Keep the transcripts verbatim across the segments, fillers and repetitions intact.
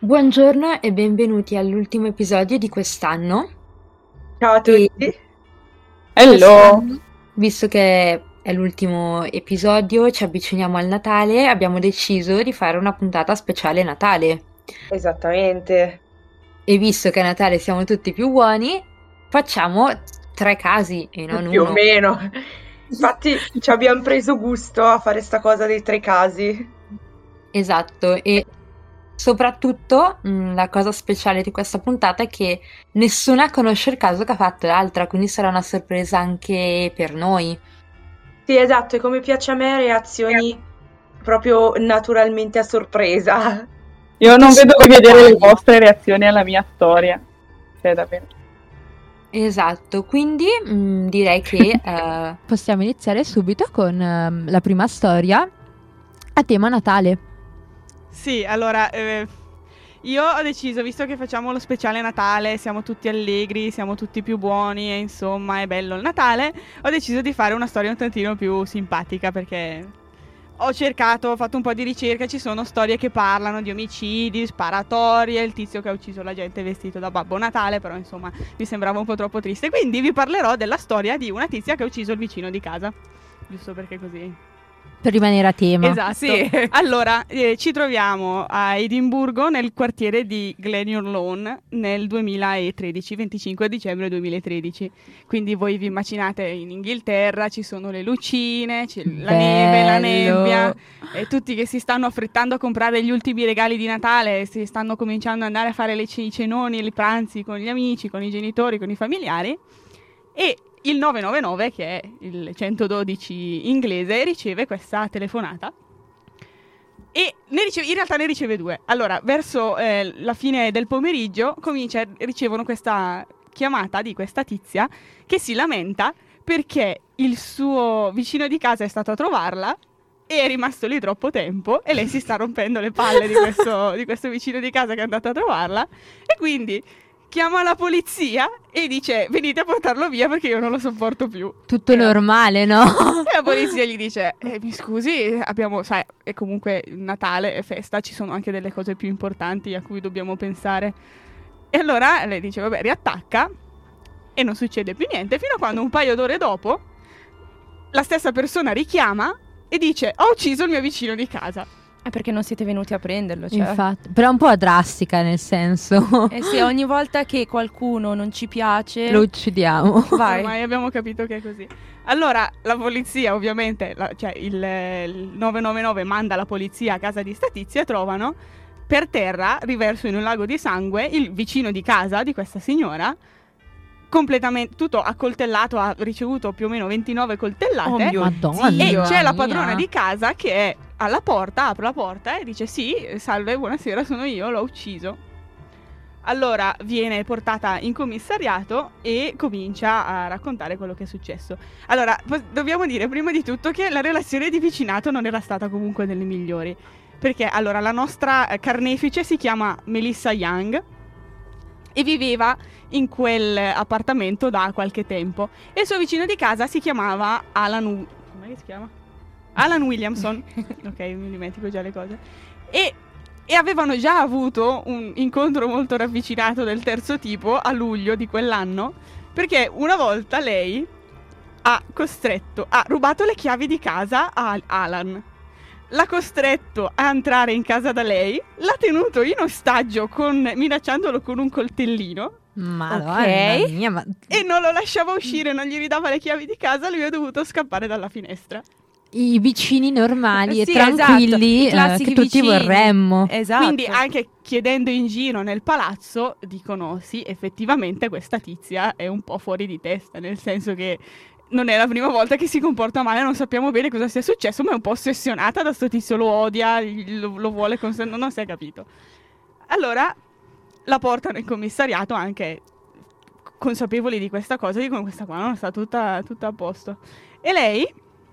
Buongiorno e benvenuti all'ultimo episodio di quest'anno. Ciao a E tutti. Hello! quest'anno, visto che è l'ultimo episodio, ci avviciniamo al Natale, abbiamo deciso di fare una puntata speciale Natale. Esattamente. E visto che a Natale siamo tutti più buoni, facciamo tre casi e non Più o uno. meno. Infatti ci abbiamo preso gusto a fare sta cosa dei tre casi. Esatto, e soprattutto mh, la cosa speciale di questa puntata è che nessuna conosce il caso che ha fatto l'altra, quindi sarà una sorpresa anche per noi. Sì, esatto, e come piace a me, reazioni proprio naturalmente a sorpresa. Io non Tutti vedo di vedere le spontanei. vostre reazioni alla mia storia. Cioè, davvero. Esatto, quindi mh, direi che eh, Possiamo iniziare subito con ehm, la prima storia a tema Natale. Sì, allora, eh, io ho deciso, visto che facciamo lo speciale Natale, siamo tutti allegri, siamo tutti più buoni e insomma è bello il Natale, ho deciso di fare una storia un tantino più simpatica perché ho cercato, ho fatto un po' di ricerca, ci sono storie che parlano di omicidi, sparatorie, il tizio che ha ucciso la gente vestito da Babbo Natale, però insomma mi sembrava un po' troppo triste, quindi vi parlerò della storia di una tizia che ha ucciso il vicino di casa, giusto perché così... Per rimanere a tema. Esatto. Sì. Allora, eh, ci troviamo a Edimburgo nel quartiere di Glenure Lawn nel duemilatredici, venticinque dicembre duemilatredici. Quindi voi vi immaginate in Inghilterra, ci sono le lucine, c'è la neve, la Bello. nebbia, e tutti che si stanno affrettando a comprare gli ultimi regali di Natale, si stanno cominciando ad andare a fare le c- i cenoni, i pranzi con gli amici, con i genitori, con i familiari. E il nove nove nove, che è il centododici inglese, riceve questa telefonata e ne riceve, in realtà ne riceve due. Allora, verso eh, la fine del pomeriggio comincia, ricevono questa chiamata di questa tizia che si lamenta perché il suo vicino di casa è stato a trovarla e è rimasto lì troppo tempo e lei si sta rompendo le palle di questo, di questo vicino di casa che è andato a trovarla e quindi chiama la polizia e dice venite a portarlo via perché io non lo sopporto più. Tutto E la- normale, no? E la polizia gli dice eh, mi scusi, abbiamo, sai, è comunque Natale, è festa, ci sono anche delle cose più importanti a cui dobbiamo pensare. E allora lei dice vabbè, riattacca e non succede più niente fino a quando un paio d'ore dopo la stessa persona richiama e dice ho ucciso il mio vicino di casa. È perché non siete venuti a prenderlo, cioè. Infatti, però un po' drastica nel senso. Eh sì, ogni volta che qualcuno non ci piace, Lo uccidiamo. vai. Ormai abbiamo capito che è così. Allora la polizia ovviamente, la- cioè il, il nove nove nove manda la polizia a casa di sta tizia e trovano per terra, riverso in un lago di sangue, il vicino di casa di questa signora, completamente tutto accoltellato, ha ricevuto più o meno ventinove coltellate. Oh mio Madonna. E Dio. c'è la mia. padrona di casa che è alla porta, apre la porta e dice sì, salve, buonasera, sono io, l'ho ucciso. Allora viene portata in commissariato e comincia a raccontare quello che è successo. Allora, pos- dobbiamo dire prima di tutto che la relazione di vicinato non era stata comunque delle migliori. Perché allora la nostra eh, carnefice si chiama Melissa Young e viveva in quel appartamento da qualche tempo. E il suo vicino di casa si chiamava Alan... Wi- Come si chiama? Alan Williamson. Ok, mi dimentico già le cose. E, e avevano già avuto un incontro molto ravvicinato del terzo tipo a luglio di quell'anno, perché una volta lei ha costretto, ha rubato le chiavi di casa a Alan. L'ha costretto a entrare in casa da lei, l'ha tenuto in ostaggio con, minacciandolo con un coltellino Madonna Ok. mia, ma e non lo lasciava uscire, non gli ridava le chiavi di casa, lui è dovuto scappare dalla finestra. i vicini normali Eh e sì, tranquilli esatto, i eh, classici che tutti vicini. vorremmo. Esatto. Quindi anche chiedendo in giro nel palazzo dicono sì, effettivamente questa tizia è un po' fuori di testa, nel senso che non è la prima volta che si comporta male, non sappiamo bene cosa sia successo, ma è un po' ossessionata da sto tizio, lo odia, gli- lo, lo vuole con sé, non, non si è capito. Allora la portano in commissariato anche consapevoli di questa cosa, dicono questa qua non sta tutta, tutta a posto. E lei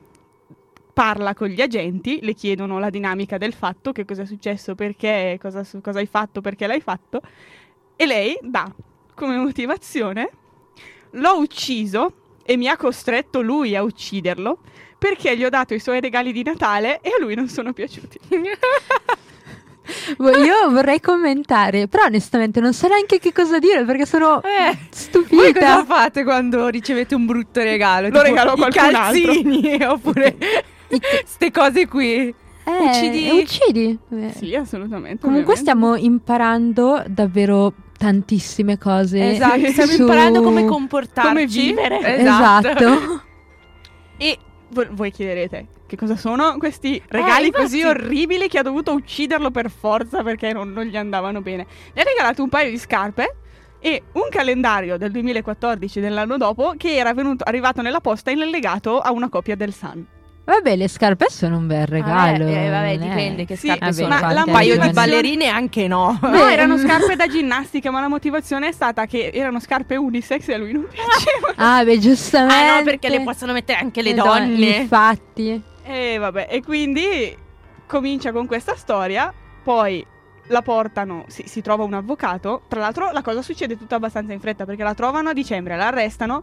parla con gli agenti, le chiedono la dinamica del fatto, che cosa è successo, perché, cosa, su- cosa hai fatto, perché l'hai fatto, e lei dà come motivazione l'ho ucciso e mi ha costretto lui a ucciderlo perché gli ho dato i suoi regali di Natale e a lui non sono piaciuti. Io vorrei commentare, però onestamente non so neanche che cosa dire perché sono Eh, stupita. Voi cosa fate quando ricevete un brutto regalo? Lo regalo a i qualcun altro. calzini oppure ste cose qui. Eh, Uccidi- e uccidi. Eh. Sì, assolutamente. Comunque ovviamente. stiamo imparando davvero tantissime cose. Esatto, stiamo su- imparando come comportarci. Come vivere. Esatto. E vo- voi chiederete che cosa sono questi regali infatti. così orribili che ha dovuto ucciderlo per forza perché non, non gli andavano bene. Gli ha regalato un paio di scarpe e un calendario del duemilaquattordici dell'anno dopo che era venuto, arrivato nella posta in allegato a una copia del Sun. Vabbè, le scarpe sono un bel regalo. Eh, eh, vabbè, non è- dipende che Sì, scarpe vabbè, sono. ma infatti, la Un paio hai di ragione. ballerine anche no. No, Beh, erano mm. scarpe da ginnastica, ma la motivazione è stata che erano scarpe unisex e a lui non piaceva. Ah, beh, giustamente. Ah no, perché le possono mettere anche le Le donne. Infatti. E vabbè, e quindi comincia con questa storia, poi la portano, si, si trova un avvocato. Tra l'altro la cosa succede tutta abbastanza in fretta perché la trovano a dicembre, la arrestano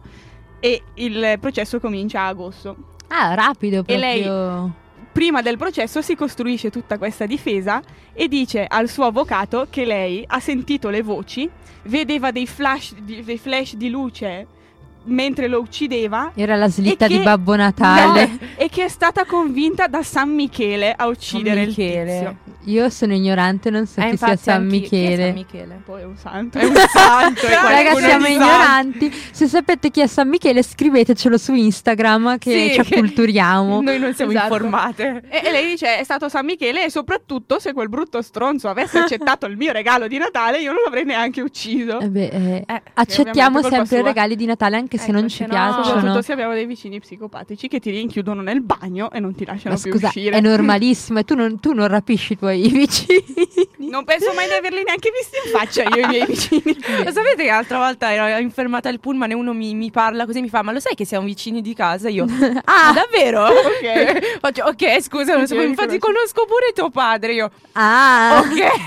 e il processo comincia a agosto. Ah, rapido proprio. E lei- Prima del processo si costruisce tutta questa difesa e dice al suo avvocato che lei ha sentito le voci, vedeva dei flash di, dei flash di luce mentre lo uccideva. Era la slitta E che- di Babbo Natale. No, e che è stata convinta da San Michele a uccidere il tizio. Io sono ignorante, non so Eh, chi sia infatti San anch'io- chi è Michele. San Michele? Poi è un santo. È un santo, è Però Raga, qualcuno siamo di ignoranti. Se sapete chi è San Michele, scrivetecelo su Instagram che Sì, ci acculturiamo. Noi non siamo Esatto. informate. E, e lei dice è stato San Michele e soprattutto se quel brutto stronzo avesse accettato il mio regalo di Natale io non l'avrei neanche ucciso. Eh beh, eh, Eh, accettiamo ovviamente colpa sempre i sua. regali di Natale anche se Ecco, non ci se no- piacciono. Soprattutto se abbiamo dei vicini psicopatici che ti rinchiudono nel bagno e non ti lasciano Ma più scusa, uscire. è normalissimo e tu non, tu non rapisci i tuoi vicini. Non penso mai di averli neanche visti in faccia io e i miei vicini. Lo sapete che l'altra volta ero in fermata al pullman e uno mi, mi parla così, mi fa: ma lo sai che siamo vicini di casa? Io: ah, davvero? Ok. Faccio, ok, scusa, non Sì, sapevo. io Infatti riconosco. conosco pure tuo padre. Io: Ah,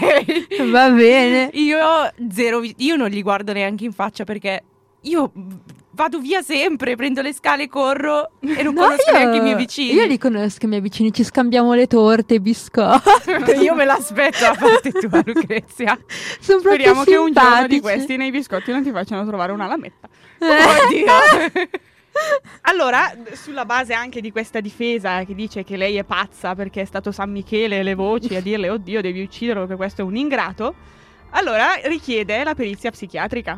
ok. va bene. Io zero, vi- io non li guardo neanche in faccia perché io vado via sempre, prendo le scale, corro e non No, conosco io- neanche i miei vicini. Io li conosco i miei vicini, ci scambiamo le torte, i biscotti. Io me l'aspetto da parte tua, Lucrezia. Sono Speriamo proprio che un giorno di simpatici. questi nei biscotti non ti facciano trovare una lametta. Oddio. Allora, sulla base anche di questa difesa che dice che lei è pazza perché è stato San Michele e le voci a dirle oddio devi ucciderlo che questo è un ingrato, allora richiede la perizia psichiatrica.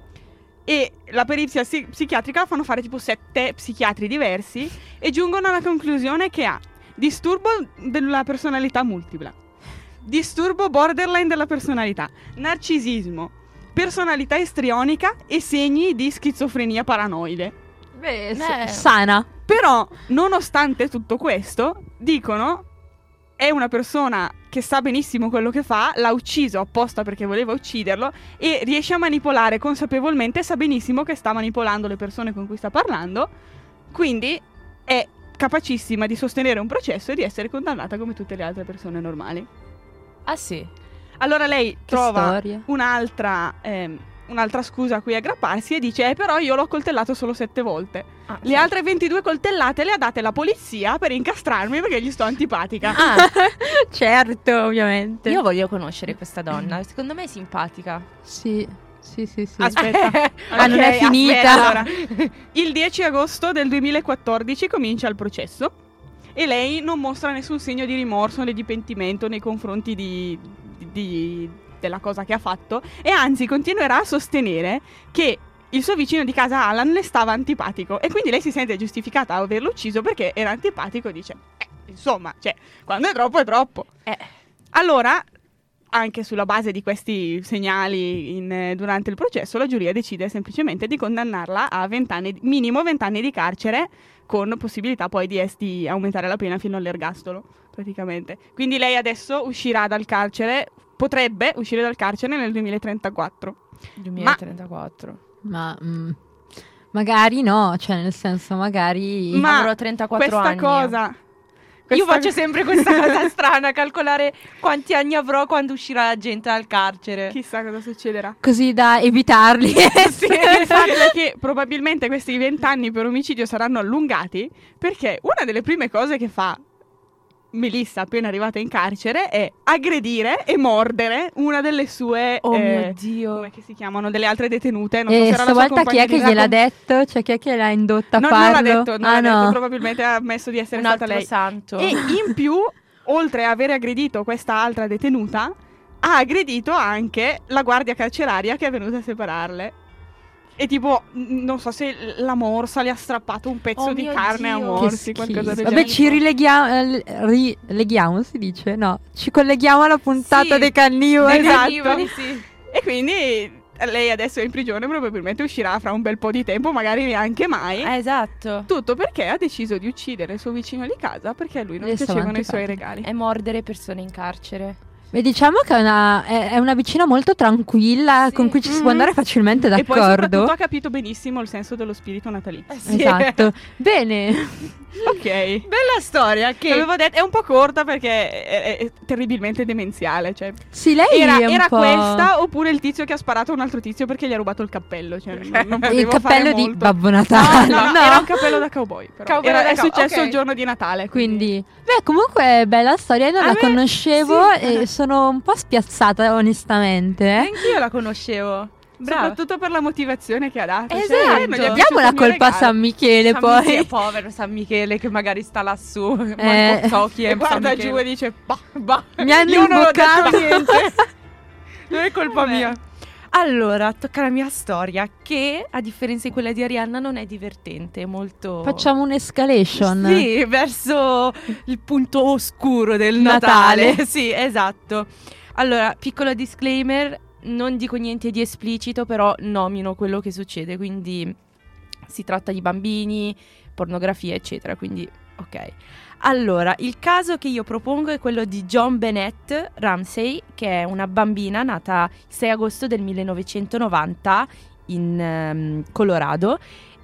E la perizia psi- psichiatrica la fanno fare tipo sette psichiatri diversi e giungono alla conclusione che ha disturbo della personalità multipla, disturbo borderline della personalità, narcisismo, personalità istrionica e segni di schizofrenia paranoide. Beh, s- Beh. sana. Però, nonostante tutto questo, dicono è una persona che sa benissimo quello che fa, l'ha ucciso apposta perché voleva ucciderlo e riesce a manipolare consapevolmente, sa benissimo che sta manipolando le persone con cui sta parlando, quindi è capacissima di sostenere un processo e di essere condannata come tutte le altre persone normali. Ah sì. Allora lei trova storia. un'altra, ehm, un'altra scusa a cui aggrapparsi e dice eh però io l'ho coltellato solo sette volte. Ah, Le altre ventidue coltellate le ha date la polizia per incastrarmi perché gli sto antipatica. Ah, Certo, ovviamente. io voglio conoscere questa donna. Secondo me è simpatica. Sì, sì, sì, sì. Aspetta. Ah, non è Ok, finita. aspetta, allora. Il dieci agosto del duemilaquattordici comincia il processo e lei non mostra nessun segno di rimorso né di pentimento nei confronti di, di- di- della cosa che ha fatto e anzi continuerà a sostenere che il suo vicino di casa Alan le stava antipatico e quindi lei si sente giustificata a averlo ucciso perché era antipatico e dice eh, insomma, cioè, quando è troppo è troppo. Eh. Allora, anche sulla base di questi segnali in, eh, durante il processo, la giuria decide semplicemente di condannarla a venti anni, minimo venti anni di carcere, con possibilità poi di, es- di aumentare la pena fino all'ergastolo, praticamente. Quindi lei adesso uscirà dal carcere, potrebbe uscire dal carcere nel duemilatrentaquattro. duemilatrentaquattro. Ma mm, magari no, cioè nel senso magari... Ma avrò trentaquattro questa anni. cosa... Io questa- faccio sempre questa cosa strana, calcolare quanti anni avrò quando uscirà la gente dal carcere. Chissà cosa succederà. Così da evitarli. Sì, il fatto è che probabilmente questi venti anni per omicidio saranno allungati perché una delle prime cose che fa Melissa, appena arrivata in carcere, è aggredire e mordere una delle sue... Oh eh, mio Dio. come che si chiamano? Delle altre detenute. Non so E se era la sua stavolta chi è compagna che di gliel'ha racconto. detto? Cioè chi è che l'ha indotta a No, non farlo? l'ha detto, non ah l'ha detto, no. probabilmente ha ammesso di essere Un stata altro lei. santo. E in più, oltre a aver aggredito questa altra detenuta, ha aggredito anche la guardia carceraria che è venuta a separarle. E tipo, n- non so se la morsa le ha strappato un pezzo Oh di mio carne a Dio. Che morsi, schifo. qualcosa del Vabbè, genere. ci rileghiamo, rileghiamo si dice? No, ci colleghiamo alla puntata Sì, dei cannibali. Dei Esatto. cannibali, sì. E quindi lei adesso è in prigione, probabilmente uscirà fra un bel po' di tempo, magari neanche mai. Eh, esatto. Tutto perché ha deciso di uccidere il suo vicino di casa perché a lui non Le stava piacevano i suoi antipatico. regali. È mordere persone in carcere. Beh, diciamo che è una, è, è una vicina molto tranquilla Sì. con cui ci si può Mhm. andare facilmente E poi soprattutto d'accordo. ha capito benissimo il senso dello spirito natalino. Esatto. Bene. Ok. Bella storia che Avevo detto, è un po' corta perché è, è terribilmente demenziale. Cioè, Sì, lei era è un era po'... questa oppure il tizio che ha sparato a un altro tizio perché gli ha rubato il cappello. Cioè, non, non il potevo cappello fare di molto. Babbo No, Natale. no, no, era un cappello da cowboy. Però. Cowboy Era- da è cow- successo ok. il giorno di Natale. Quindi, beh, comunque è bella storia, io non A la me- conoscevo sì. e sono un po' spiazzata onestamente. eh. Anch'io la conoscevo. Brava. Soprattutto per la motivazione che ha dato. Cioè, Esatto. eh, non gli è Diamo piaciuto la il mio colpa a regalo. San Michele San poi. Michele, povero San Michele che magari sta lassù. Eh. Manco so chi è E guarda San giù Michele. e dice, bah, bah. Mi hanno Io non ho detto imboccato. niente. Non è colpa Vabbè. mia. Allora, tocca la mia storia che, a differenza di quella di Arianna, non è divertente, è molto... Facciamo un'escalation. Sì, verso il punto oscuro del Natale. Natale. Sì, esatto. Allora, piccolo disclaimer, non dico niente di esplicito, però nomino quello che succede, quindi si tratta di bambini, pornografia, eccetera, quindi ok. Allora, il caso che io propongo è quello di John Bennett Ramsey, che è una bambina nata il sei agosto del millenovecentonovanta in ehm, Colorado,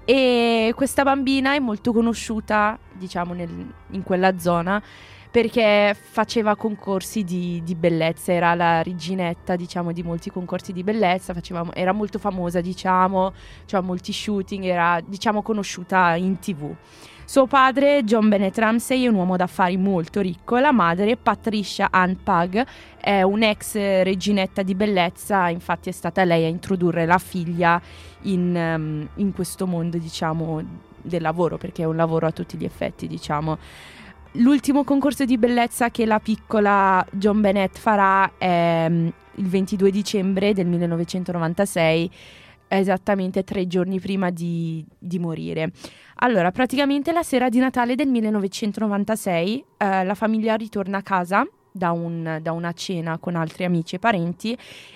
e questa bambina è molto conosciuta, diciamo, nel- in quella zona perché faceva concorsi di, di bellezza, era la reginetta, diciamo, di molti concorsi di bellezza, faceva, era molto famosa, diciamo, faceva molti shooting, era, diciamo, conosciuta in tivù. Suo padre, John Bennett Ramsey, è un uomo d'affari molto ricco e la madre, Patricia Ann Pug, è un'ex reginetta di bellezza, infatti è stata lei a introdurre la figlia in, um, in questo mondo, diciamo, del lavoro, perché è un lavoro a tutti gli effetti, diciamo. L'ultimo concorso di bellezza che la piccola John Bennett farà è um, il ventidue dicembre del millenovecentonovantasei, esattamente tre giorni prima di, di morire. Allora, praticamente la sera di Natale del millenovecentonovantasei eh, la famiglia ritorna a casa da, un, da una cena con altri amici e parenti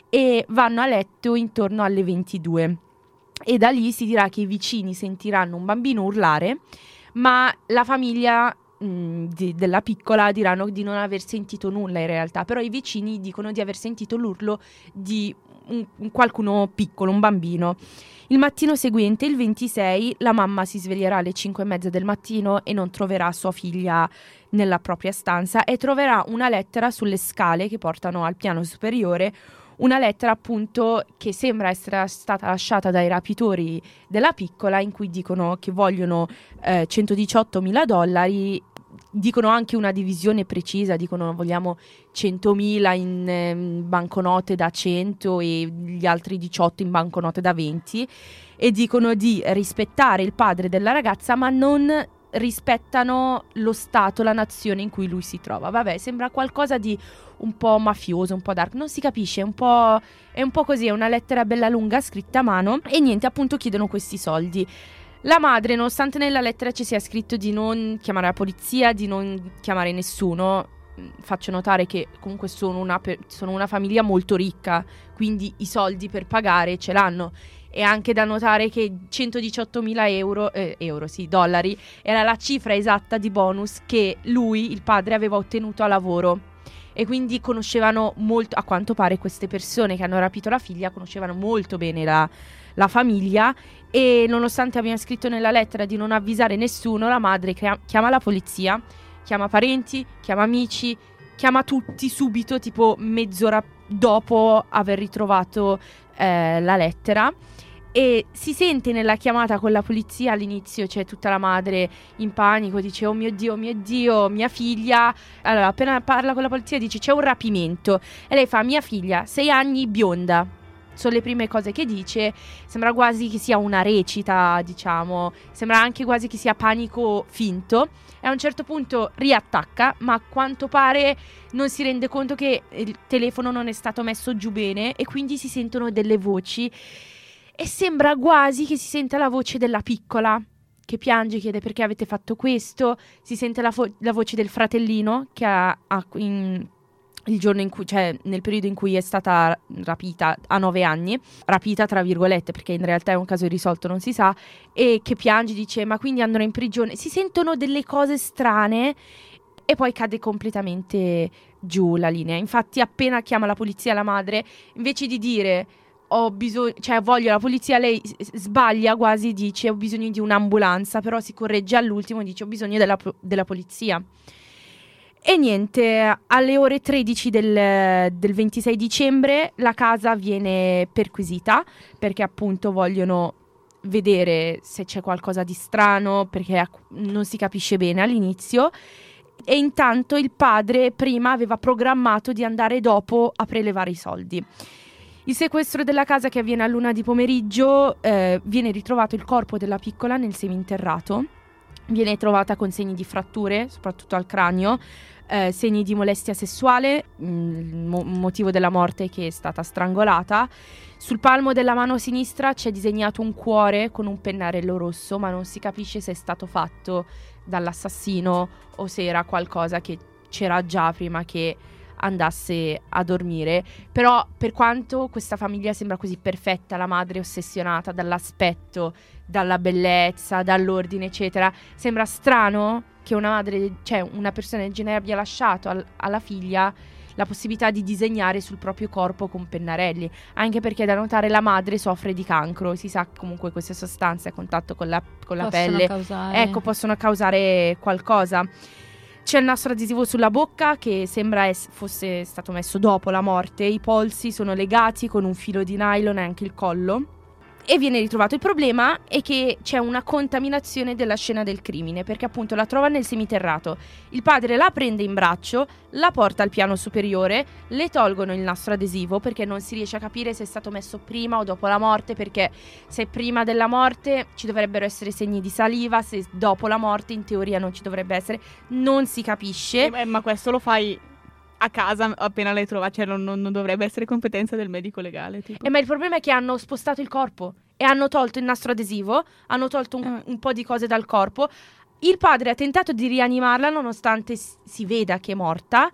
e vanno a letto intorno alle ventidue. E da lì si dirà che i vicini sentiranno un bambino urlare, ma la famiglia mh, di, della piccola diranno di non aver sentito nulla in realtà, però i vicini dicono di aver sentito l'urlo di un, un qualcuno piccolo, un bambino. Il mattino seguente, il ventisei, la mamma si sveglierà alle cinque e mezza del mattino e non troverà sua figlia nella propria stanza e troverà una lettera sulle scale che portano al piano superiore, una lettera appunto che sembra essere stata lasciata dai rapitori della piccola, in cui dicono che vogliono eh, centodiciottomila dollari. Dicono anche una divisione precisa, dicono vogliamo centomila in eh, banconote da cento e gli altri diciotto in banconote da venti, e dicono di rispettare il padre della ragazza ma non rispettano lo stato, la nazione in cui lui si trova. Vabbè, sembra qualcosa di un po' mafioso, un po' dark, non si capisce, è un po', è un po' così, è una lettera bella lunga scritta a mano e niente, appunto chiedono questi soldi. La madre, nonostante nella lettera ci sia scritto di non chiamare la polizia, di non chiamare nessuno, faccio notare che comunque sono una, per, sono una famiglia molto ricca, quindi i soldi per pagare ce l'hanno. E anche da notare che centodiciottomila euro, eh, euro, sì, dollari, era la cifra esatta di bonus che lui, il padre, aveva ottenuto a lavoro. E quindi conoscevano molto, a quanto pare queste persone che hanno rapito la figlia, conoscevano molto bene la, la famiglia, e nonostante abbiano scritto nella lettera di non avvisare nessuno, la madre crea- chiama la polizia, chiama parenti, chiama amici, chiama tutti subito, tipo mezz'ora dopo aver ritrovato eh, la lettera. E si sente nella chiamata con la polizia, all'inizio c'è tutta la madre in panico, dice oh mio Dio, oh mio Dio, mia figlia. Allora appena parla con la polizia dice c'è un rapimento e lei fa mia figlia, sei anni, bionda. Sono le prime cose che dice, sembra quasi che sia una recita, diciamo, sembra anche quasi che sia panico finto. E a un certo punto riattacca, ma a quanto pare non si rende conto che il telefono non è stato messo giù bene e quindi si sentono delle voci. E sembra quasi che si senta la voce della piccola che piange, chiede perché avete fatto questo. Si sente la, fo- la voce del fratellino che ha, ha in, il giorno in cui, cioè nel periodo in cui è stata rapita a nove anni, rapita tra virgolette perché in realtà è un caso irrisolto, non si sa, e che piange, dice ma quindi andrò in prigione. Si sentono delle cose strane e poi cade completamente giù la linea. Infatti appena chiama la polizia la madre, invece di dire ho bisogno, cioè voglio la polizia, lei sbaglia quasi, dice ho bisogno di un'ambulanza, però si corregge all'ultimo, dice ho bisogno della, della polizia. E niente, alle ore tredici del, del ventisei dicembre la casa viene perquisita perché appunto vogliono vedere se c'è qualcosa di strano, perché non si capisce bene all'inizio. E intanto il padre prima aveva programmato di andare dopo a prelevare i soldi. Il sequestro della casa, che avviene a luna di pomeriggio, eh, viene ritrovato il corpo della piccola nel seminterrato. Viene trovata con segni di fratture, soprattutto al cranio, eh, segni di molestia sessuale, il mo- motivo della morte è che è stata strangolata. Sul palmo della mano sinistra c'è disegnato un cuore con un pennarello rosso, ma non si capisce se è stato fatto dall'assassino o se era qualcosa che c'era già prima che andasse a dormire. Però per quanto questa famiglia sembra così perfetta, la madre ossessionata dall'aspetto, dalla bellezza, dall'ordine eccetera, sembra strano che una madre, cioè una persona del genere abbia lasciato al- alla figlia la possibilità di disegnare sul proprio corpo con pennarelli, anche perché da notare la madre soffre di cancro. Si sa comunque queste sostanze a contatto con la, con la Possono pelle causare. ecco possono causare qualcosa. C'è il nastro adesivo sulla bocca che sembra es- fosse stato messo dopo la morte. I polsi sono legati con un filo di nylon e anche il collo. E viene ritrovato. Il problema è che c'è una contaminazione della scena del crimine, perché appunto la trova nel seminterrato. Il padre la prende in braccio, la porta al piano superiore, le tolgono il nastro adesivo perché non si riesce a capire se è stato messo prima o dopo la morte, perché se prima della morte ci dovrebbero essere segni di saliva, se dopo la morte in teoria non ci dovrebbe essere, non si capisce. Eh, ma questo lo fai a casa appena l'hai trovata, cioè non, non- non dovrebbe essere competenza del medico legale, tipo. Eh, ma il problema è che hanno spostato il corpo e hanno tolto il nastro adesivo, hanno tolto un, Eh. un po' di cose dal corpo. Il padre ha tentato di rianimarla nonostante s- si veda che è morta.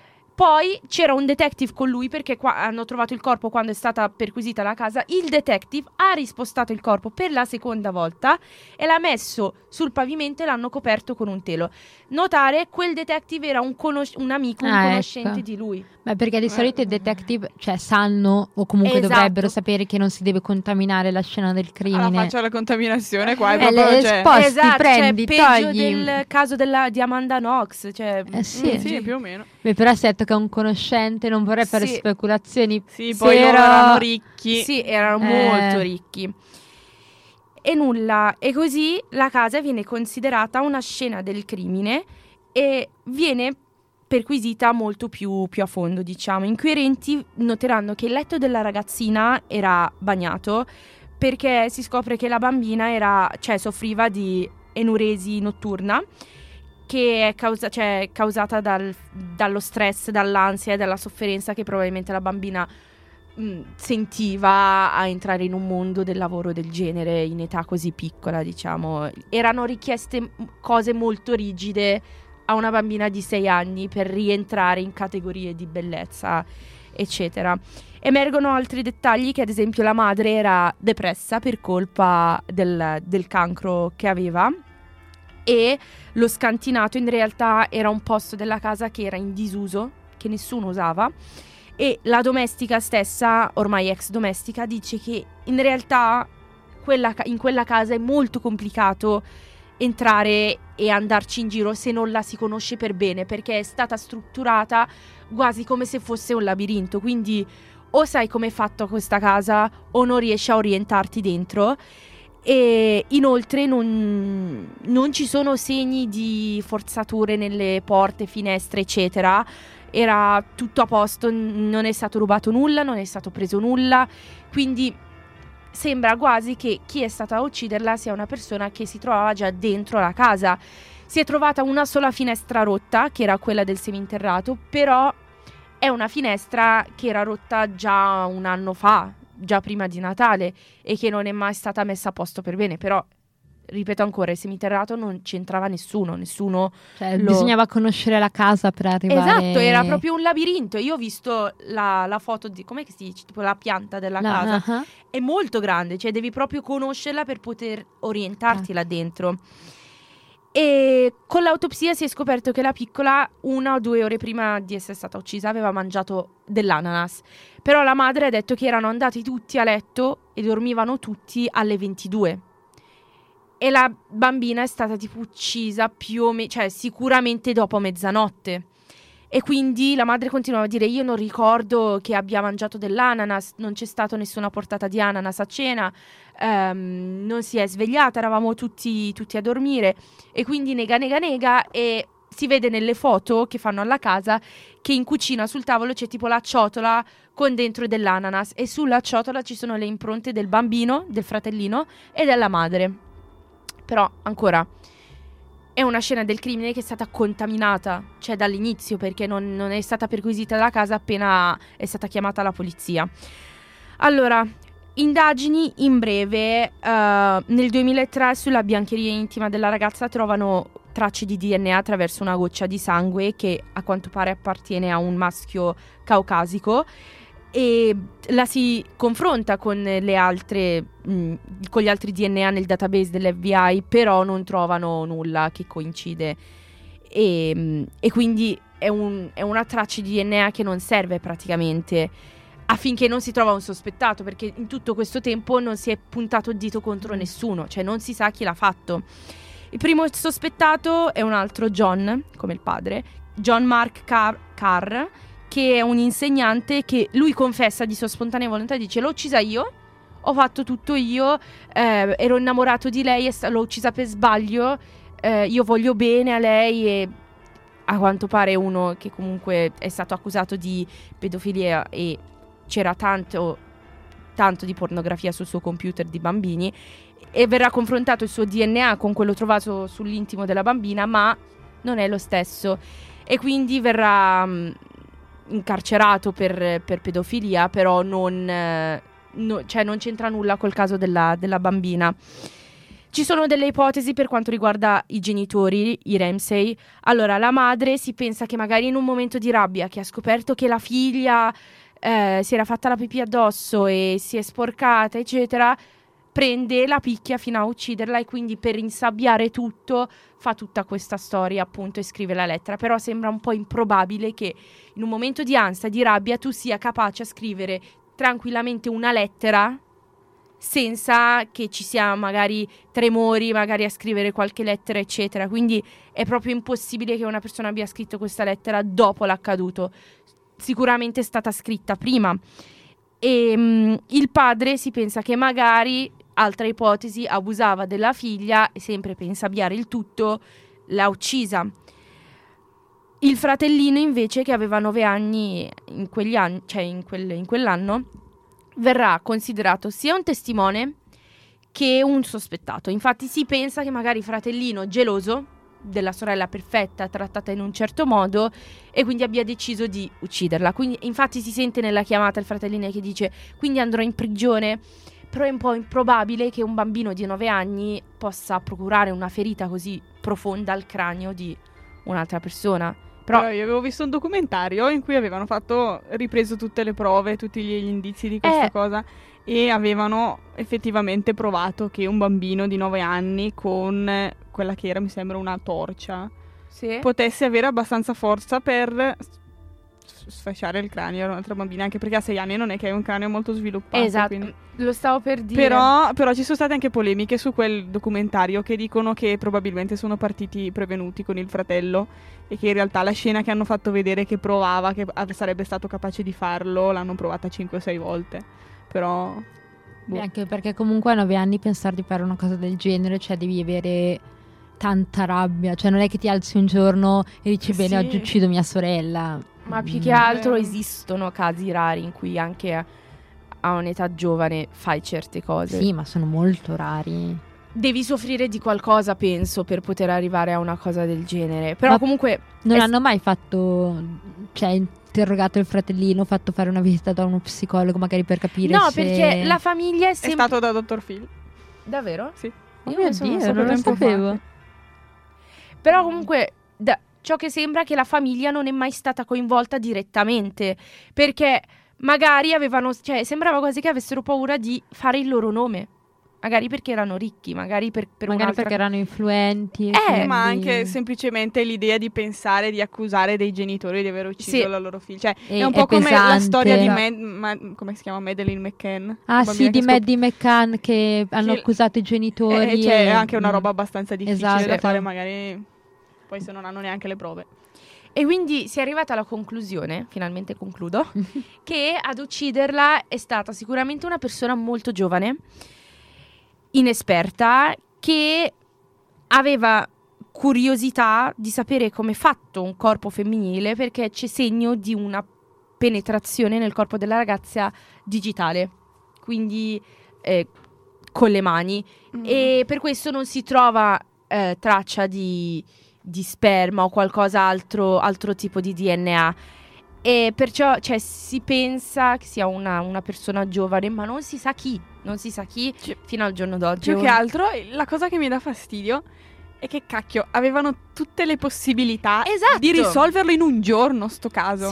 Poi c'era un detective con lui perché qua hanno trovato il corpo quando è stata perquisita la casa. Il detective ha rispostato il corpo per la seconda volta e l'ha messo sul pavimento e l'hanno coperto con un telo. Notare, quel detective era un, conos- un amico, un Ah, conoscente ecco. di lui. Beh, perché di solito i detective, cioè, sanno o comunque Esatto. dovrebbero sapere che non si deve contaminare la scena del Alla crimine. faccia della contaminazione qua è Eh, proprio, le cioè, Posti, esatto, prendi, cioè, peggio togli. del caso della, di Amanda Knox, cioè, Eh, sì. mm, sì, più o meno. Beh, però se hai detto che è un conoscente, non vorrei fare Sì. speculazioni. Sì, poi però- loro erano ricchi. Sì, erano Eh. molto ricchi. E nulla, e così la casa viene considerata una scena del crimine e viene perquisita molto più, più a fondo, diciamo. Inquirenti noteranno che il letto della ragazzina era bagnato perché si scopre che la bambina era, cioè, soffriva di enuresi notturna, che è causa- cioè, causata dal- dallo stress, dall'ansia e dalla sofferenza che probabilmente la bambina mh, sentiva a entrare in un mondo del lavoro del genere in età così piccola, diciamo. Erano richieste m- cose molto rigide a una bambina di sei anni per rientrare in categorie di bellezza, eccetera. Emergono altri dettagli, che ad esempio la madre era depressa per colpa del, del cancro che aveva, e lo scantinato in realtà era un posto della casa che era in disuso, che nessuno usava, e la domestica stessa, ormai ex domestica, dice che in realtà quella ca- in quella casa è molto complicato entrare e andarci in giro se non la si conosce per bene, perché è stata strutturata quasi come se fosse un labirinto, quindi o sai come è fatta questa casa o non riesci a orientarti dentro. E inoltre non, non ci sono segni di forzature nelle porte, finestre, eccetera. Era tutto a posto, non è stato rubato nulla, non è stato preso nulla, quindi sembra quasi che chi è stata a ucciderla sia una persona che si trovava già dentro la casa. Si è trovata una sola finestra rotta, che era quella del seminterrato, però è una finestra che era rotta già un anno fa, già prima di Natale, e che non è mai stata messa a posto per bene. Però, ripeto ancora, il seminterrato non c'entrava nessuno, nessuno Cioè, lo- bisognava conoscere la casa per arrivare... Esatto, era proprio un labirinto. Io ho visto la, la foto di, com'è che si dice, tipo la pianta della La- casa. ah, È molto grande, cioè devi proprio conoscerla per poter orientarti Ah. là dentro. E con l'autopsia si è scoperto che la piccola, una o due ore prima di essere stata uccisa, aveva mangiato dell'ananas. Però la madre ha detto che erano andati tutti a letto e dormivano tutti alle ventidue. E la bambina è stata tipo uccisa più o meno, cioè sicuramente dopo mezzanotte. E quindi la madre continuava a dire: io non ricordo che abbia mangiato dell'ananas, non c'è stata nessuna portata di ananas a cena, ehm, non si è svegliata, eravamo tutti, tutti a dormire. E quindi nega, nega, nega. E si vede nelle foto che fanno alla casa che in cucina sul tavolo c'è tipo la ciotola con dentro dell'ananas, e sulla ciotola ci sono le impronte del bambino, del fratellino e della madre. Però ancora è una scena del crimine che è stata contaminata, cioè dall'inizio, perché non, non è stata perquisita la casa appena è stata chiamata la polizia. Allora, indagini in breve. eh, nel duemilatré sulla biancheria intima della ragazza trovano tracce di D N A attraverso una goccia di sangue che a quanto pare appartiene a un maschio caucasico, e la si confronta con le altre mh, con gli altri D N A nel database dell'F B I, però non trovano nulla che coincide, e, mh, e quindi è, un, è una traccia di D N A che non serve praticamente affinché non si trova un sospettato, perché in tutto questo tempo non si è puntato il dito contro nessuno, cioè non si sa chi l'ha fatto. Il primo sospettato è un altro John, come il padre, John Mark Carr, Carr che è un insegnante, che lui confessa di sua spontanea volontà, dice: l'ho uccisa io, ho fatto tutto io, eh, ero innamorato di lei, e sta- l'ho uccisa per sbaglio, eh, io voglio bene a lei. E a quanto pare uno che comunque è stato accusato di pedofilia e c'era tanto, tanto di pornografia sul suo computer di bambini, e verrà confrontato il suo D N A con quello trovato sull'intimo della bambina, ma non è lo stesso, e quindi verrà mh, incarcerato per, per pedofilia, però non, eh, no- cioè non c'entra nulla col caso della, della bambina. Ci sono delle ipotesi per quanto riguarda i genitori, i Ramsey. Allora, la madre si pensa che magari in un momento di rabbia, che ha scoperto che la figlia eh, si era fatta la pipì addosso e si è sporcata, eccetera, prende, la picchia fino a ucciderla, e quindi per insabbiare tutto fa tutta questa storia, appunto, e scrive la lettera. Però sembra un po' improbabile che in un momento di ansia, di rabbia, tu sia capace a scrivere tranquillamente una lettera senza che ci sia magari tremori, magari a scrivere qualche lettera, eccetera. Quindi è proprio impossibile che una persona abbia scritto questa lettera dopo l'accaduto. Sicuramente è stata scritta prima. E mh, il padre si pensa che magari, altra ipotesi, abusava della figlia e, sempre per insabbiare il tutto, l'ha uccisa. Il fratellino invece, che aveva nove anni in quegli anni, cioè in, quel, in quell'anno, verrà considerato sia un testimone che un sospettato. Infatti si pensa che magari il fratellino, geloso della sorella perfetta, trattata in un certo modo, e quindi abbia deciso di ucciderla. Quindi infatti si sente nella chiamata il fratellino che dice: quindi andrò in prigione. Però è un po' improbabile che un bambino di nove anni possa procurare una ferita così profonda al cranio di un'altra persona. Però, Però io avevo visto un documentario in cui avevano fatto, ripreso tutte le prove, tutti gli indizi di questa Eh. cosa, e avevano effettivamente provato che un bambino di nove anni con quella che era, mi sembra, una torcia, sì. potesse avere abbastanza forza per sfasciare il cranio a un'altra bambina, anche perché a sei anni non è che hai un cranio molto sviluppato. Esatto, quindi. lo stavo per dire. Però, però ci sono state anche polemiche su quel documentario che dicono che probabilmente sono partiti prevenuti con il fratello e che in realtà la scena che hanno fatto vedere che provava, che sarebbe stato capace di farlo, l'hanno provata cinque o sei volte. Però... Beh, anche perché comunque a nove anni pensare di fare una cosa del genere, cioè devi avere tanta rabbia, cioè non è che ti alzi un giorno e dici bene Sì. oggi uccido mia sorella. Ma più Mm. che altro Vero. esistono casi rari in cui anche a, a un'età giovane fai certe cose. Sì, ma sono molto rari. Devi soffrire di qualcosa, penso, per poter arrivare a una cosa del genere. Però Ma comunque Non è- hanno mai fatto, cioè interrogato il fratellino, fatto fare una visita da uno psicologo magari per capire No, se... perché la famiglia è È sempre... stato da dottor Phil. Davvero? Sì. Oh Io mio ne sono Dio, saputo non lo tempo fa. sapevo. Però comunque da ciò che sembra è che la famiglia non è mai stata coinvolta direttamente, perché magari avevano, cioè sembrava quasi che avessero paura di fare il loro nome. Magari perché erano ricchi, magari per, per Magari un'altra... perché erano influenti. Eh, quindi- Ma anche semplicemente l'idea di pensare di accusare dei genitori di aver ucciso Sì. la loro figlia. Cioè, E- è un è po' come la pesante. storia di Mad- Ma- come si chiama? Madeline McCann. Ah la sì, bambina di che scop- Maddie McCann che hanno Che- accusato i genitori. Eh, cioè, e- è anche una mm. roba abbastanza difficile Esatto. da fare, magari poi se non hanno neanche le prove. E quindi si è arrivata alla conclusione, finalmente concludo, che ad ucciderla è stata sicuramente una persona molto giovane, inesperta, che aveva curiosità di sapere come è fatto un corpo femminile, perché c'è segno di una penetrazione nel corpo della ragazza digitale, quindi eh, con le mani, Mm. e per questo non si trova eh, traccia di, di sperma o qualcosa altro, altro tipo di D N A. E perciò, cioè, si pensa che sia una, una persona giovane, ma non si sa chi, non si sa chi Cioè, fino al giorno d'oggi. Più che altro, la cosa che mi dà fastidio è che cacchio, avevano tutte le possibilità Esatto. di risolverlo in un giorno, sto caso. Sì.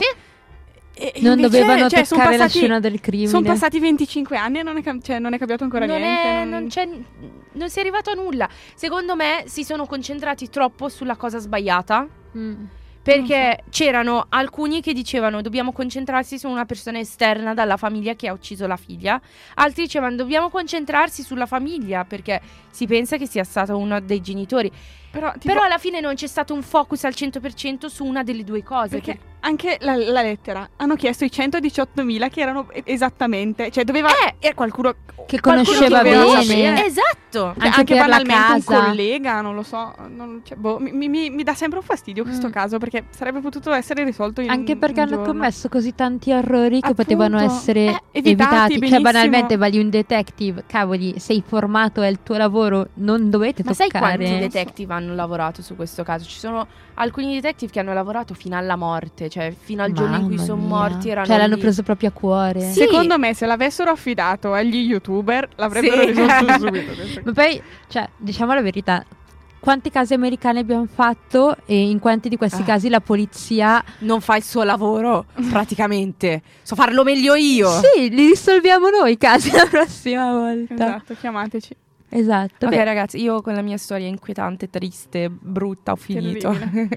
E- e Non invece, dovevano cioè, son toccare la passati- scena del crimine. Sono passati venticinque anni e non è, cam- cioè, non è cambiato ancora non, niente. è, non- non, c'è, non si è arrivato a nulla. Secondo me si sono concentrati troppo sulla cosa sbagliata, Mm. perché c'erano alcuni che dicevano dobbiamo concentrarsi su una persona esterna dalla famiglia che ha ucciso la figlia, altri dicevano dobbiamo concentrarsi sulla famiglia perché si pensa che sia stato uno dei genitori. Però, tipo, Però alla fine non c'è stato un focus al cento per cento su una delle due cose. perché anche la, la lettera hanno chiesto i centodiciottomila che erano e- esattamente, cioè doveva Eh, era qualcuno Che qualcuno conosceva che doveva bene. sapere. Esatto. cioè, Anche anche, per la banalmente un casa. collega, non lo so, non- cioè, boh, mi, mi- mi dà sempre un fastidio questo Mm. caso perché sarebbe potuto essere risolto in Anche un- perché un hanno giorno. commesso così tanti errori che Appunto. potevano essere Eh, evitati evitati. Cioè, benissimo. banalmente, vali un detective, cavoli, sei formato, è il tuo lavoro, non dovete Ma sai toccare. quanti detective hanno lavorato su questo caso? Ci sono alcuni detective che hanno lavorato fino alla morte, cioè fino al giorno in cui Mamma sono mia. morti erano Cioè, l'hanno lì. preso proprio a cuore. Sì. Secondo me se l'avessero affidato agli youtuber l'avrebbero Sì. risolto subito. questo. Ma poi, cioè, diciamo la verità, quanti casi americani abbiamo fatto e in quanti di questi Ah. casi la polizia... Non fa il suo lavoro, praticamente. So farlo meglio io. Sì, li risolviamo noi i casi la prossima volta. Esatto, chiamateci. Esatto. Ok beh, ragazzi, io con la mia storia inquietante, triste, brutta ho finito.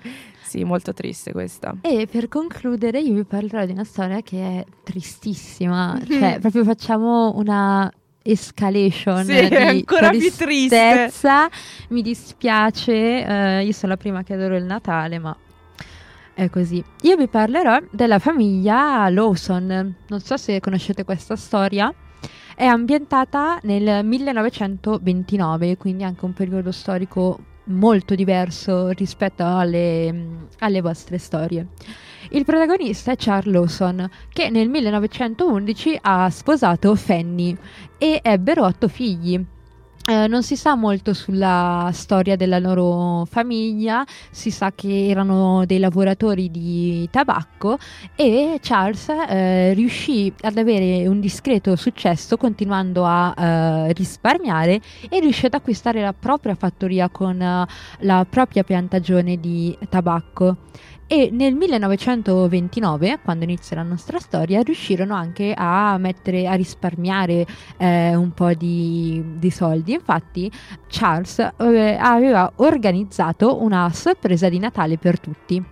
Sì, molto triste questa. E per concludere io vi parlerò di una storia che è tristissima, cioè proprio facciamo una escalation Sì, di ancora più tristezza. Mi dispiace, eh, io sono la prima che adoro il Natale, ma è così. Io vi parlerò della famiglia Lawson, non so se conoscete questa storia. È ambientata nel millenovecentoventinove, quindi anche un periodo storico molto diverso rispetto alle, alle vostre storie. Il protagonista è Charles Lawson, che nel millenovecentoundici ha sposato Fanny e ebbero otto figli. Eh, non si sa molto sulla storia della loro famiglia, si sa che erano dei lavoratori di tabacco e Charles eh, riuscì ad avere un discreto successo continuando a eh, risparmiare e riuscì ad acquistare la propria fattoria con eh, la propria piantagione di tabacco. E nel millenovecentoventinove, quando inizia la nostra storia, riuscirono anche a mettere a risparmiare eh, un po' di, di soldi. Infatti Charles eh, aveva organizzato una sorpresa di Natale per tutti.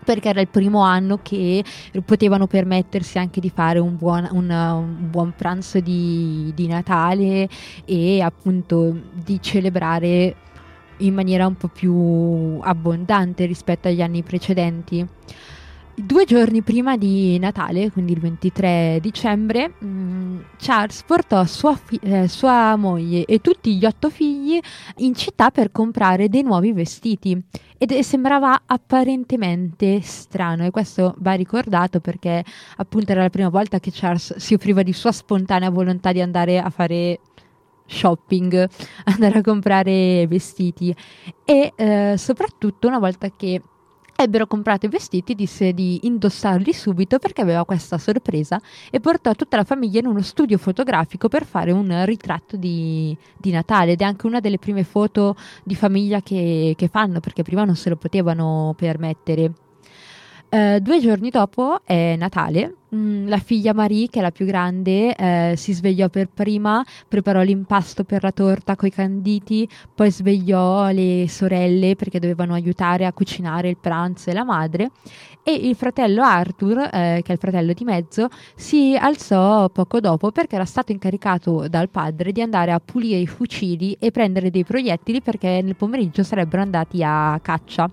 perché era il primo anno che potevano permettersi anche di fare un buon, un, un buon pranzo di, di Natale e appunto di celebrare in maniera un po' più abbondante rispetto agli anni precedenti. Due giorni prima di Natale, quindi il ventitré dicembre, mh, Charles portò sua, fi- eh, sua moglie e tutti gli otto figli in città per comprare dei nuovi vestiti ed e sembrava apparentemente strano, e questo va ricordato perché appunto era la prima volta che Charles si offriva di sua spontanea volontà di andare a fare shopping, andare a comprare vestiti e eh, soprattutto una volta che ebbero comprato i vestiti disse di indossarli subito perché aveva questa sorpresa e portò tutta la famiglia in uno studio fotografico per fare un ritratto di, di Natale, ed è anche una delle prime foto di famiglia che, che fanno, perché prima non se lo potevano permettere. Uh, due giorni dopo è Natale. Mm, la figlia Marie, che è la più grande, eh, si svegliò per prima, preparò l'impasto per la torta coi canditi, poi svegliò le sorelle perché dovevano aiutare a cucinare il pranzo e la madre, e il fratello Arthur, eh, che è il fratello di mezzo, si alzò poco dopo perché era stato incaricato dal padre di andare a pulire i fucili e prendere dei proiettili perché nel pomeriggio sarebbero andati a caccia.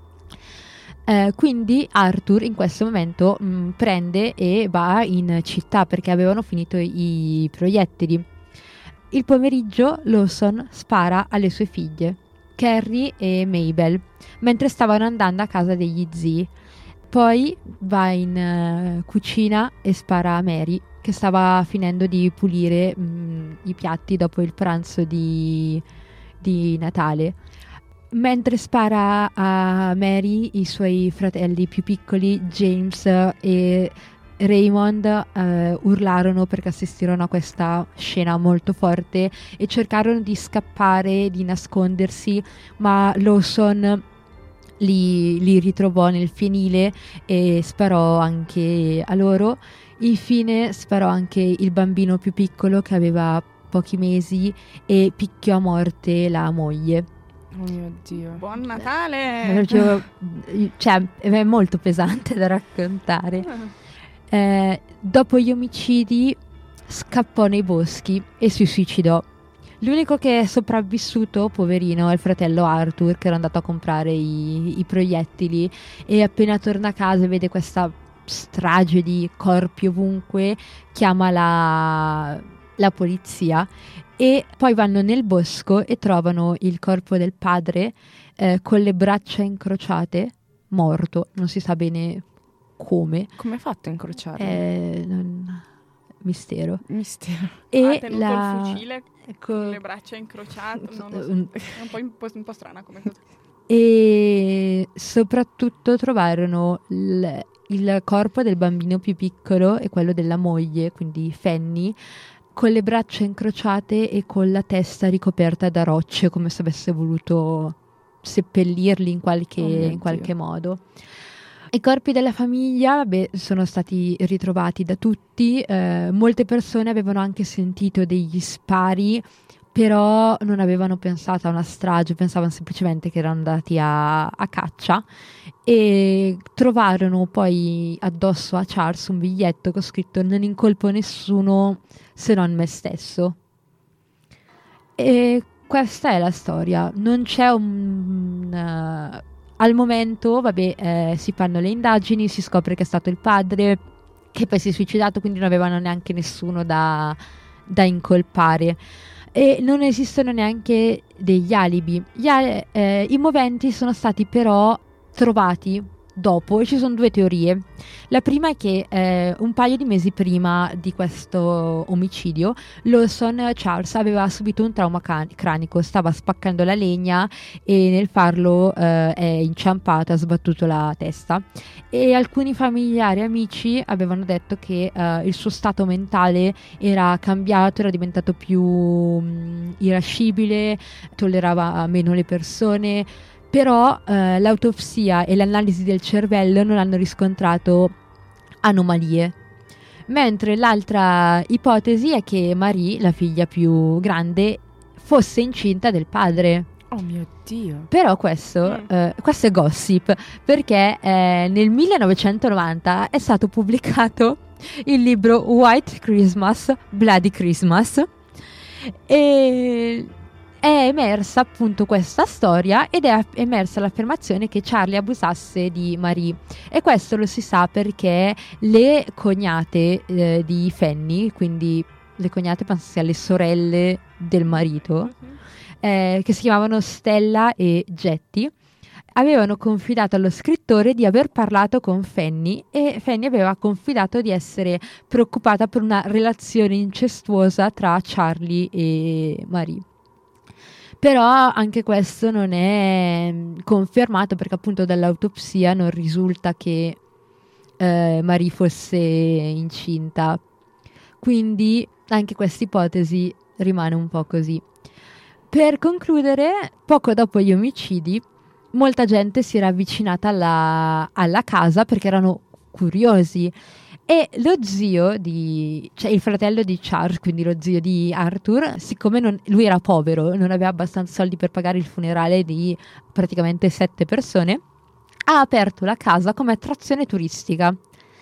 Eh, quindi Arthur in questo momento mh, prende e va in città perché avevano finito i, i proiettili. Il pomeriggio Lawson spara alle sue figlie, Carrie e Mabel, mentre stavano andando a casa degli zii. Poi va in uh, cucina e spara a Mary, che stava finendo di pulire mh, i piatti dopo il pranzo di, di Natale. Mentre spara a Mary, i suoi fratelli più piccoli, James e Raymond, eh, urlarono perché assistirono a questa scena molto forte e cercarono di scappare, di nascondersi, ma Lawson li, li ritrovò nel fienile e sparò anche a loro. Infine sparò anche il bambino più piccolo che aveva pochi mesi e picchiò a morte la moglie. Oh mio Dio. Buon Natale! Proprio, cioè, è molto pesante da raccontare. Eh, dopo gli omicidi scappò nei boschi e si suicidò. L'unico che è sopravvissuto, poverino, è il fratello Arthur, che era andato a comprare i, i proiettili, e appena torna a casa e vede questa strage di corpi ovunque, chiama la, la polizia. E poi vanno nel bosco e trovano il corpo del padre eh, con le braccia incrociate, morto, non si sa bene come. Come ha fatto a incrociarlo? Eh, non... Mistero. Mistero. E ha tenuto la... il fucile ecco... con le braccia incrociate, non lo so. È un po', un po', un po' strana come cosa. E soprattutto trovarono il, il corpo del bambino più piccolo e quello della moglie, quindi Fanny, con le braccia incrociate e con la testa ricoperta da rocce, come se avesse voluto seppellirli in qualche, oh in qualche modo. I corpi della famiglia beh, sono stati ritrovati da tutti, eh, molte persone avevano anche sentito degli spari, però non avevano pensato a una strage, pensavano semplicemente che erano andati a, a caccia, e trovarono poi addosso a Charles un biglietto con scritto: non incolpo nessuno se non me stesso. E questa è la storia. Non c'è un... Uh, al momento, vabbè, eh, si fanno le indagini, si scopre che è stato il padre, che poi si è suicidato, quindi non avevano neanche nessuno da, da incolpare. E non esistono neanche degli alibi. Gli, eh, I moventi sono stati però trovati dopo, e ci sono due teorie. La prima è che eh, un paio di mesi prima di questo omicidio Lawson Charles aveva subito un trauma can- cranico, stava spaccando la legna e nel farlo eh, è inciampato, ha sbattuto la testa, e alcuni familiari e amici avevano detto che eh, il suo stato mentale era cambiato, era diventato più mh, irascibile, tollerava meno le persone. Però eh, l'autopsia e l'analisi del cervello non hanno riscontrato anomalie. Mentre l'altra ipotesi è che Marie, la figlia più grande, fosse incinta del padre. Oh mio Dio. Però questo, Mm. eh, questo è gossip, perché eh, nel millenovecentonovanta è stato pubblicato il libro White Christmas, Bloody Christmas, e è emersa appunto questa storia ed è emersa l'affermazione che Charlie abusasse di Marie, e questo lo si sa perché le cognate eh, di Fanny, quindi le cognate penso sia le sorelle del marito, eh, che si chiamavano Stella e Getty, avevano confidato allo scrittore di aver parlato con Fanny, e Fanny aveva confidato di essere preoccupata per una relazione incestuosa tra Charlie e Marie. Però anche questo non è mm, confermato, perché appunto dall'autopsia non risulta che eh, Marie fosse incinta, quindi anche questa ipotesi rimane un po' così. Per concludere, poco dopo gli omicidi, molta gente si era avvicinata alla, alla casa perché erano curiosi, e lo zio di, cioè il fratello di Charles, quindi lo zio di Arthur, siccome non- lui era povero, non aveva abbastanza soldi per pagare il funerale di praticamente sette persone, ha aperto la casa come attrazione turistica,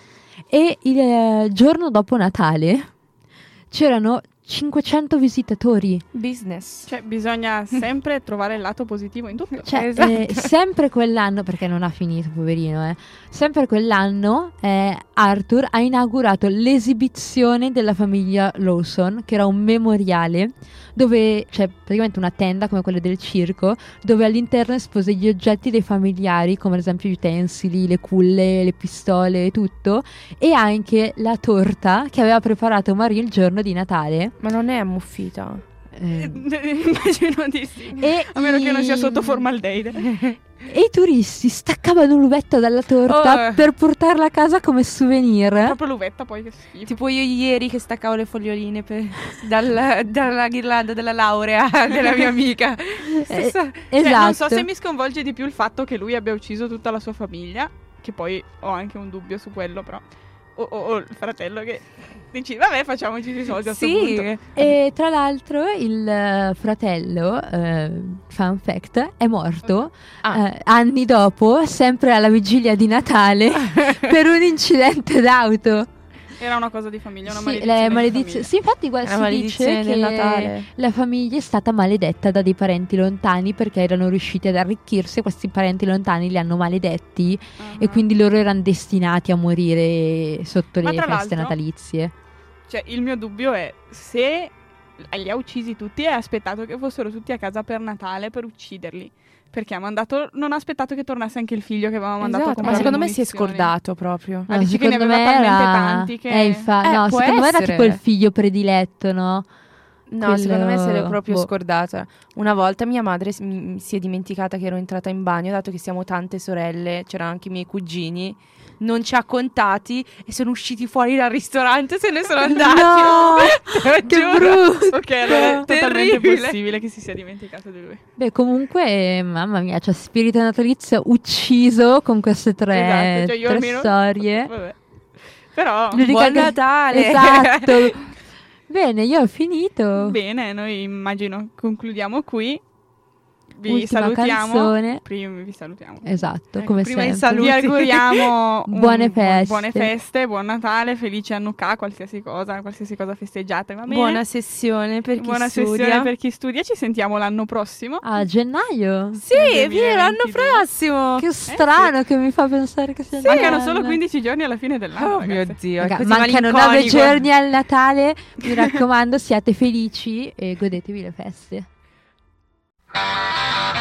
e il eh, giorno dopo Natale c'erano cinquecento visitatori. Business. Cioè, bisogna sempre trovare il lato positivo in tutto. Cioè, Esatto. eh, sempre quell'anno, perché non ha finito, poverino, eh, sempre quell'anno eh, Arthur ha inaugurato l'esibizione della famiglia Lawson, che era un memoriale dove c'è praticamente una tenda come quella del circo, dove all'interno espose gli oggetti dei familiari, come ad esempio gli utensili, le culle, le pistole e tutto, e anche la torta che aveva preparato Marie il giorno di Natale. Ma non è ammuffita. Eh, Immagino di sì. e A meno che non sia i- sotto formaldeide. E i turisti staccavano l'uvetta dalla torta Oh. per portarla a casa come souvenir. Proprio l'uvetta, poi che schifo. Tipo io ieri che staccavo le foglioline per- dal- dalla ghirlanda della laurea della mia amica. Stessa- Eh, Cioè, esatto. non so se mi sconvolge di più il fatto che lui abbia ucciso tutta la sua famiglia, che poi ho anche un dubbio su quello, però. O, o- o il fratello che dici, vabbè, facciamoci i soldi a sto punto. Sì. E tra l'altro il eh, fratello, eh, fun fact, è morto Ah. eh, anni dopo, sempre alla vigilia di Natale, per un incidente d'auto. Era una cosa di famiglia, una Sì, maledizione. le di maledizioni- famiglia. sì, infatti qua Una si maledizione dice del che Natale. la famiglia è stata maledetta da dei parenti lontani perché erano riusciti ad arricchirsi, e questi parenti lontani li hanno maledetti, e Ah. quindi loro erano destinati a morire sotto Ma le tra feste l'altro- natalizie. Cioè, il mio dubbio è se li ha uccisi tutti e ha aspettato che fossero tutti a casa per Natale per ucciderli. Perché ha mandato, non ha aspettato che tornasse anche il figlio che aveva mandato a Esatto, ma comprare secondo le me si è munizioni. scordato proprio. Ah, dici che ne secondo aveva me talmente era- tanti che- eh, infa- Eh, no, può secondo me era essere. tipo il figlio prediletto, no? No, Quello- secondo me se l'è proprio boh. scordata. Una volta mia madre s- mi, mi si è dimenticata che ero entrata in bagno, dato che siamo tante sorelle, c'erano anche i miei cugini. Non ci ha contati e sono usciti fuori dal ristorante e se ne sono andati. No, Te lo che giuro. brutto. Ok, allora è totalmente Terribile. possibile che si sia dimenticato di lui. Beh, comunque, mamma mia, c'è spirito natalizio ucciso con queste tre, Esatto, cioè io tre almeno- storie. Vabbè. Però, L'unica Buon che- Natale! Esatto. Bene, io ho finito. bene, noi immagino concludiamo qui. Vi Ultima salutiamo. canzone. Prima vi salutiamo. Esatto, Ecco, come prima i sempre. Vi auguriamo un- Buone buon- feste. buone feste, buon Natale, felice Hanukkah, qualsiasi cosa, qualsiasi cosa festeggiate, va bene? Buona sessione per chi Buona studia. sessione per chi studia, ci sentiamo l'anno prossimo. A gennaio. Sì, è vero, l'anno duemilaventidue. prossimo. Che strano che mi fa pensare che sia Mancano Natale. solo quindici giorni alla fine dell'anno, Oh mio ragazzi. Dio, Raga, è così mancano nove malinconico. giorni al Natale. Mi raccomando, siate felici e godetevi le feste.